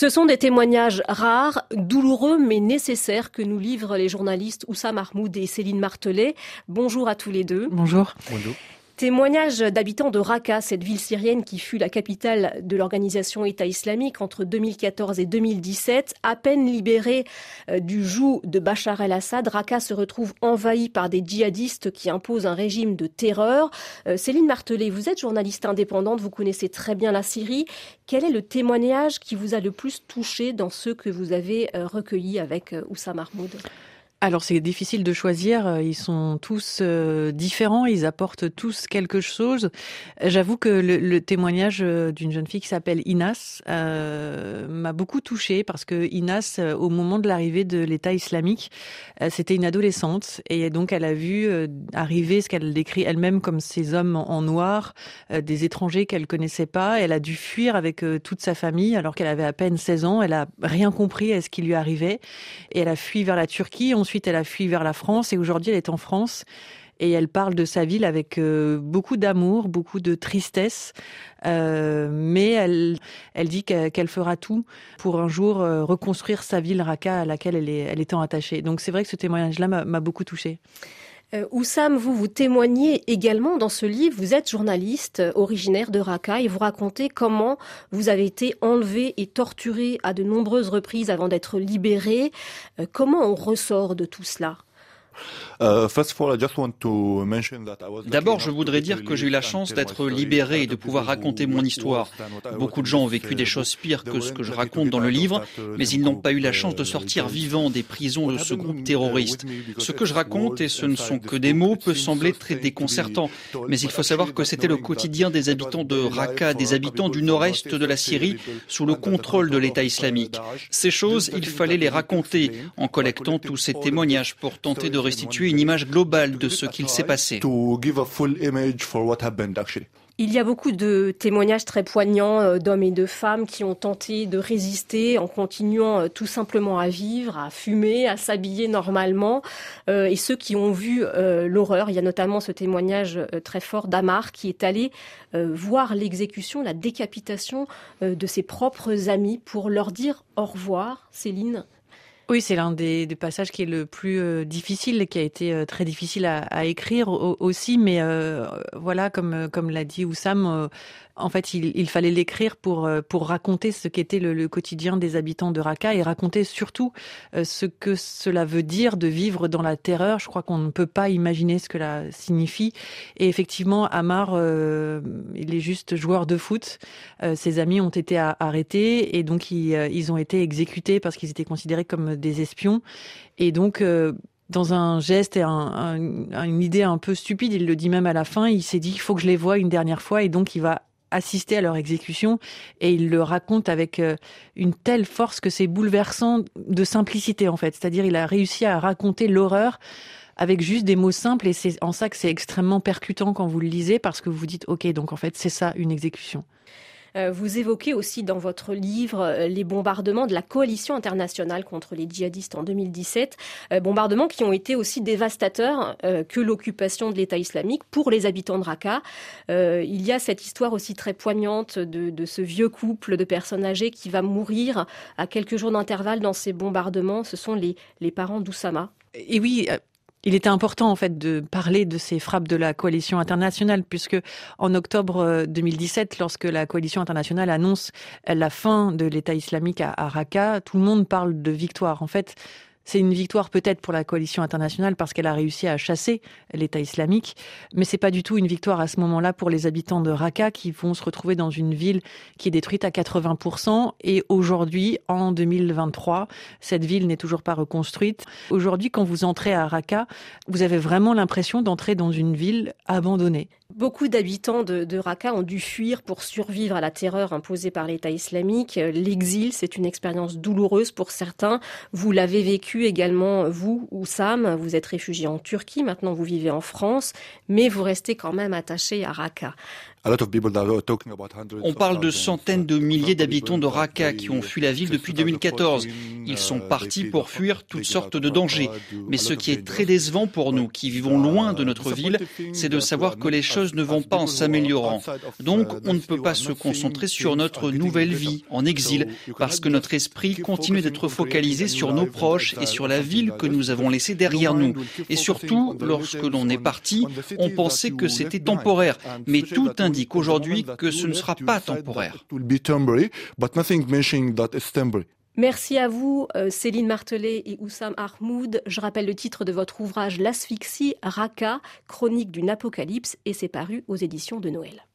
Ce sont des témoignages rares, douloureux mais nécessaires que nous livrent les journalistes Oussam Mahmoud et Céline Martelet. Bonjour à tous les deux. Bonjour. Bonjour. Témoignages d'habitants de Raqqa, cette ville syrienne qui fut la capitale de l'organisation État islamique entre 2014 et 2017. À peine libérée du joug de Bachar el-Assad, Raqqa se retrouve envahie par des djihadistes qui imposent un régime de terreur. Céline Martelet, vous êtes journaliste indépendante, vous connaissez très bien la Syrie. Quel est le témoignage qui vous a le plus touché dans ceux que vous avez recueillis avec Oussam Mahmoud ? Alors c'est difficile de choisir, ils sont tous différents, ils apportent tous quelque chose. J'avoue que le témoignage d'une jeune fille qui s'appelle Inas m'a beaucoup touchée parce que Inas, au moment de l'arrivée de l'État islamique, c'était une adolescente et donc elle a vu arriver ce qu'elle décrit elle-même comme ces hommes en noir, des étrangers qu'elle connaissait pas. Elle a dû fuir avec toute sa famille alors qu'elle avait à peine 16 ans. Elle a rien compris à ce qui lui arrivait et elle a fui vers la Turquie. Ensuite, elle a fui vers la France et aujourd'hui, elle est en France et elle parle de sa ville avec beaucoup d'amour, beaucoup de tristesse. Mais elle dit qu'elle fera tout pour un jour reconstruire sa ville Raqqa à laquelle elle est tant attachée. Donc c'est vrai que ce témoignage-là m'a beaucoup touchée. Oussam, vous témoignez également dans ce livre. Vous êtes journaliste originaire de Raqqa et vous racontez comment vous avez été enlevé et torturé à de nombreuses reprises avant d'être libéré. Comment on ressort de tout cela ? D'abord, je voudrais dire que j'ai eu la chance d'être libéré et de pouvoir raconter mon histoire. Beaucoup de gens ont vécu des choses pires que ce que je raconte dans le livre, mais ils n'ont pas eu la chance de sortir vivants des prisons de ce groupe terroriste. Ce que je raconte, et ce ne sont que des mots, peut sembler très déconcertant, mais il faut savoir que c'était le quotidien des habitants de Raqqa, des habitants du nord-est de la Syrie, sous le contrôle de l'État islamique. Ces choses, il fallait les raconter en collectant tous ces témoignages pour tenter de restituer une image globale de ce qu'il s'est passé. Il y a beaucoup de témoignages très poignants d'hommes et de femmes qui ont tenté de résister en continuant tout simplement à vivre, à fumer, à s'habiller normalement. Et ceux qui ont vu l'horreur, il y a notamment ce témoignage très fort d'Amar qui est allé voir l'exécution, la décapitation de ses propres amis pour leur dire au revoir. Céline ? Oui, c'est l'un des passages qui est le plus difficile, qui a été très difficile à écrire aussi, mais voilà, comme l'a dit Oussam, en fait, il fallait l'écrire pour raconter ce qu'était le quotidien des habitants de Raqqa et raconter surtout ce que cela veut dire de vivre dans la terreur. Je crois qu'on ne peut pas imaginer ce que cela signifie. Et effectivement, Amar, il est juste joueur de foot. Ses amis ont été arrêtés et donc ils ont été exécutés parce qu'ils étaient considérés comme des espions. Et donc, dans un geste et une idée un peu stupide, il le dit même à la fin, il s'est dit qu'il faut que je les voie une dernière fois et donc il va assister à leur exécution et il le raconte avec une telle force que c'est bouleversant de simplicité en fait. C'est-à-dire il a réussi à raconter l'horreur avec juste des mots simples et c'est en ça que c'est extrêmement percutant quand vous le lisez parce que vous vous dites ok donc en fait c'est ça une exécution. Vous évoquez aussi dans votre livre les bombardements de la coalition internationale contre les djihadistes en 2017, bombardements qui ont été aussi dévastateurs que l'occupation de l'État islamique pour les habitants de Raqqa. Il y a cette histoire aussi très poignante de ce vieux couple de personnes âgées qui va mourir à quelques jours d'intervalle dans ces bombardements. Ce sont les parents d'Oussama. Et oui, il était important en fait de parler de ces frappes de la coalition internationale puisque en octobre 2017, lorsque la coalition internationale annonce la fin de l'État islamique à Raqqa, tout le monde parle de victoire. En fait, c'est une victoire peut-être pour la coalition internationale parce qu'elle a réussi à chasser l'État islamique, mais c'est pas du tout une victoire à ce moment-là pour les habitants de Raqqa qui vont se retrouver dans une ville qui est détruite à 80% et aujourd'hui, en 2023, cette ville n'est toujours pas reconstruite. Aujourd'hui, quand vous entrez à Raqqa, vous avez vraiment l'impression d'entrer dans une ville abandonnée. Beaucoup d'habitants de Raqqa ont dû fuir pour survivre à la terreur imposée par l'État islamique. L'exil, c'est une expérience douloureuse pour certains. Vous l'avez vécu également, vous, Oussam. Vous êtes réfugié en Turquie, maintenant vous vivez en France, mais vous restez quand même attaché à Raqqa. On parle de centaines de milliers d'habitants de Raqqa qui ont fui la ville depuis 2014. Ils sont partis pour fuir toutes sortes de dangers. Mais ce qui est très décevant pour nous, qui vivons loin de notre ville, c'est de savoir que les choses ne vont pas en s'améliorant. Donc, on ne peut pas se concentrer sur notre nouvelle vie en exil, parce que notre esprit continue d'être focalisé sur nos proches et sur la ville que nous avons laissée derrière nous. Et surtout, lorsque l'on est parti, on pensait que c'était temporaire. Mais tout indique aujourd'hui que ce ne sera pas temporaire. Merci à vous, Céline Martelet et Oussam Ahmoud. Je rappelle le titre de votre ouvrage L'asphyxie, Raqqa, chronique d'une apocalypse, et c'est paru aux éditions de Noël.